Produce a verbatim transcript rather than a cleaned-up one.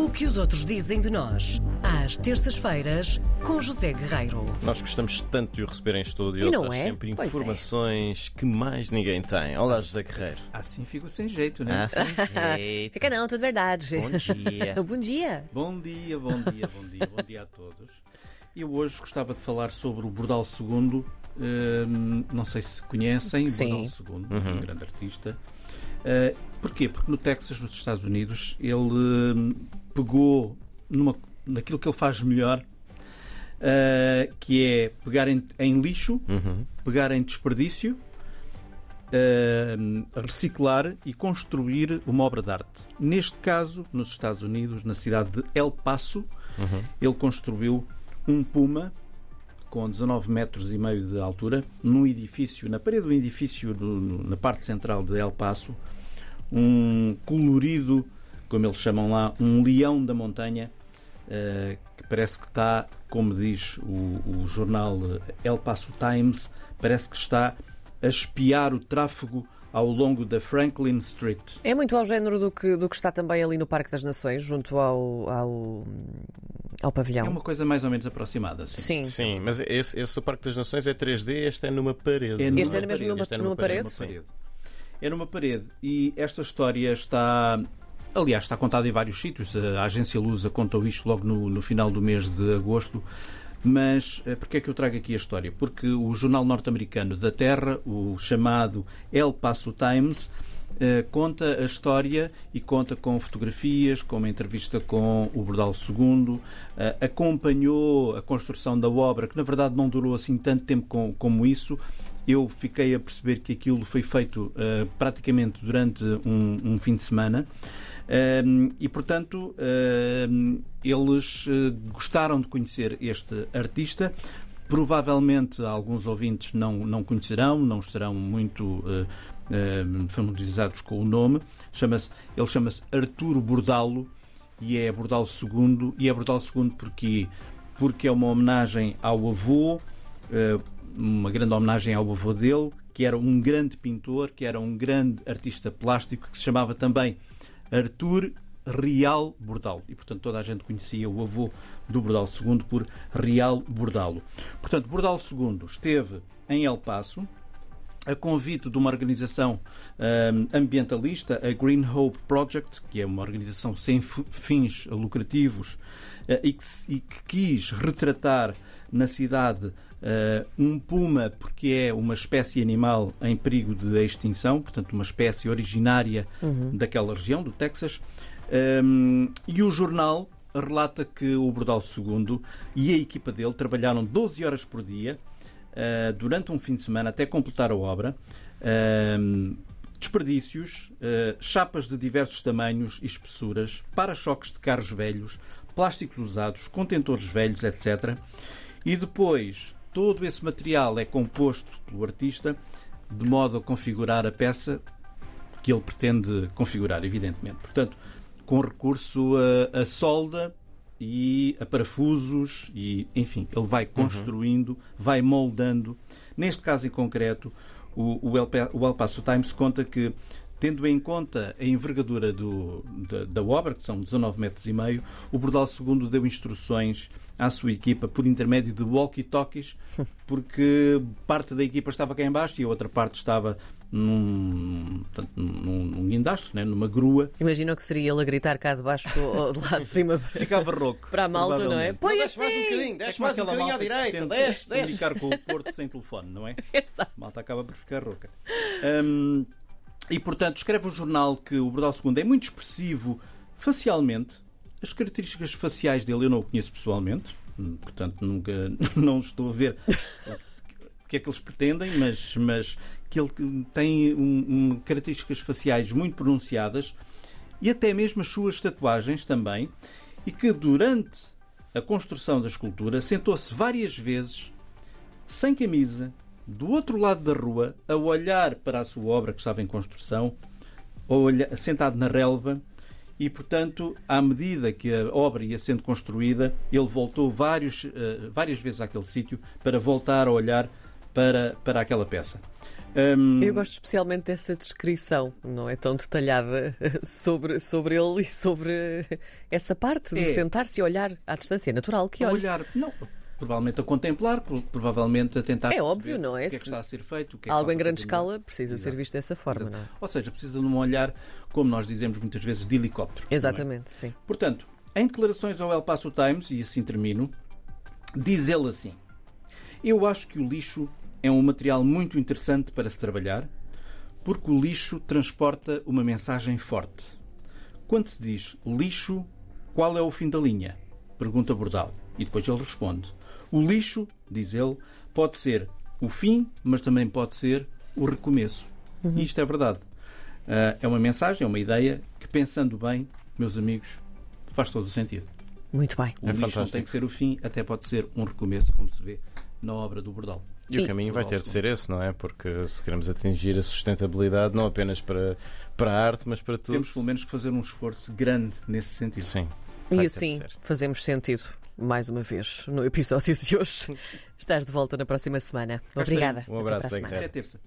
O que os outros dizem de nós, às terças-feiras, com José Guerreiro. Nós gostamos tanto de o receber em estúdio. E não Ele traz é? sempre Pois informações é. que mais ninguém tem. Olá, José Guerreiro. Assim fico sem jeito, né? Ah, sem jeito. Fica não, tudo verdade. Bom dia. Bom dia. Bom dia, bom dia, bom dia, bom dia a todos. Eu hoje gostava de falar sobre o Bordal segundo. Hum, não sei se conhecem o Sim. Bordal segundo, Uhum. um grande artista. Uh, porquê? Porque no Texas, nos Estados Unidos, ele hum, pegou numa, naquilo que ele faz melhor, uh, que é pegar em, em lixo, Uhum. pegar em desperdício, uh, reciclar e construir uma obra de arte. Neste caso, nos Estados Unidos, na cidade de El Paso, Uhum. ele construiu um Puma com dezanove metros e meio de altura, num edifício, na parede do edifício, do, na parte central de El Paso, um colorido, como eles chamam lá, um leão da montanha, uh, que parece que está, como diz o, o jornal El Paso Times, parece que está a espiar o tráfego ao longo da Franklin Street. É muito ao género do que, do que está também ali no Parque das Nações, junto ao, ao, ao pavilhão. É uma coisa mais ou menos aproximada. Assim. Sim. Sim, mas esse, esse do Parque das Nações é três D, este é numa parede. É numa Este era mesmo parede. numa, Este é numa parede? Numa parede. É numa parede. E esta história está... Aliás, está contada em vários sítios. A agência Lusa contou isto logo no, no final do mês de agosto. Mas porquê é que eu trago aqui a história? Porque o jornal norte-americano da Terra, o chamado El Paso Times, eh, conta a história e conta com fotografias, com uma entrevista com o Bordal segundo, eh, acompanhou a construção da obra, que na verdade não durou assim tanto tempo com, como isso. Eu fiquei a perceber que aquilo foi feito uh, praticamente durante um, um fim de semana. Um, e, portanto, uh, eles uh, gostaram de conhecer este artista. Provavelmente alguns ouvintes não, não conhecerão, não estarão muito uh, uh, familiarizados com o nome. Chama-se, ele chama-se Arturo Bordalo e é Bordal segundo. E é Bordal segundo porquê? Porque é uma homenagem ao avô, uh, uma grande homenagem ao avô dele, que era um grande pintor, que era um grande artista plástico, que se chamava também Artur Real Bordalo. E, portanto, toda a gente conhecia o avô do Bordal segundo por Real Bordalo. Portanto, Bordal segundo esteve em El Paso, a convite de uma organização um, ambientalista, a Green Hope Project, que é uma organização sem fins lucrativos uh, e, que, e que quis retratar na cidade Uh, um puma, porque é uma espécie animal em perigo de extinção, portanto uma espécie originária uhum. daquela região, do Texas, um, e o jornal relata que o Bordal segundo e a equipa dele trabalharam doze horas por dia uh, durante um fim de semana até completar a obra. Uh, desperdícios, uh, chapas de diversos tamanhos e espessuras, para-choques de carros velhos, plásticos usados, contentores velhos, etcétera. E depois todo esse material é composto pelo artista de modo a configurar a peça que ele pretende configurar, evidentemente. Portanto, com recurso a, a solda e a parafusos e, enfim, ele vai construindo, uhum. vai moldando. Neste caso em concreto, o, o, El, o El Paso Times conta que, tendo em conta a envergadura do, da, da obra, que são dezanove metros e meio, o Bordal segundo deu instruções à sua equipa por intermédio de walkie-talkies, porque parte da equipa estava cá em baixo e a outra parte estava num, portanto, num, num guindaste, né, numa grua. Imagina o que seria ele a gritar cá de baixo ou de lá de cima para, Ficava rouco. para a malta, não é? Põe Desce mais um bocadinho, desce mais um bocadinho à direita, desce, desce. Indicar com o Porto sem telefone, não é? Exato. A malta acaba por ficar rouca. Um, e, portanto, escreve o jornal que o Bordal segundo é muito expressivo facialmente. As características faciais dele eu não o conheço pessoalmente, portanto nunca não estou a ver o que é que eles pretendem, mas, mas que ele tem um, um, características faciais muito pronunciadas e até mesmo as suas tatuagens também, e que durante a construção da escultura sentou-se várias vezes sem camisa, do outro lado da rua, a olhar para a sua obra que estava em construção, a olhar, sentado na relva. E, portanto, à medida que a obra ia sendo construída, ele voltou vários, uh, várias vezes àquele sítio para voltar a olhar para, para aquela peça. Hum, Eu gosto especialmente dessa descrição, não é tão detalhada sobre, sobre ele e sobre essa parte de É. sentar-se e olhar à distância. É natural que a olhe. olhar, não, provavelmente a contemplar, pro- provavelmente a tentar É perceber óbvio, não é? o que é que Se está a ser feito, o que é que Algo em falta grande fazer melhor. escala precisa Exato. ser visto dessa forma, não é? Ou seja, precisa de um olhar, como nós dizemos muitas vezes, de helicóptero. não é? Exatamente, sim. Portanto, em declarações ao El Paso Times, e assim termino, diz ele assim: eu acho que o lixo é um material muito interessante para se trabalhar, porque o lixo transporta uma mensagem forte. Quando se diz lixo, qual é o fim da linha? Pergunta Bordal. E depois ele responde: o lixo, diz ele, pode ser o fim, mas também pode ser o recomeço. E isto é verdade. Ah, é uma mensagem, é uma ideia que, pensando bem, meus amigos, faz todo o sentido. Muito bem. O É lixo não fantástico. tem que ser o fim, até pode ser um recomeço, como se vê na obra do Bordal. E o E- caminho vai ter de ser esse, não é? Porque se queremos atingir a sustentabilidade, não apenas para, para a arte, mas para tudo. Temos pelo menos que fazer um esforço grande nesse sentido. Sim. vai ter E de assim ser. fazemos sentido, mais uma vez, no episódio de hoje. Estás de volta na próxima semana. Cá Obrigada. Um Até abraço, para a semana. Aguilera. Até terça.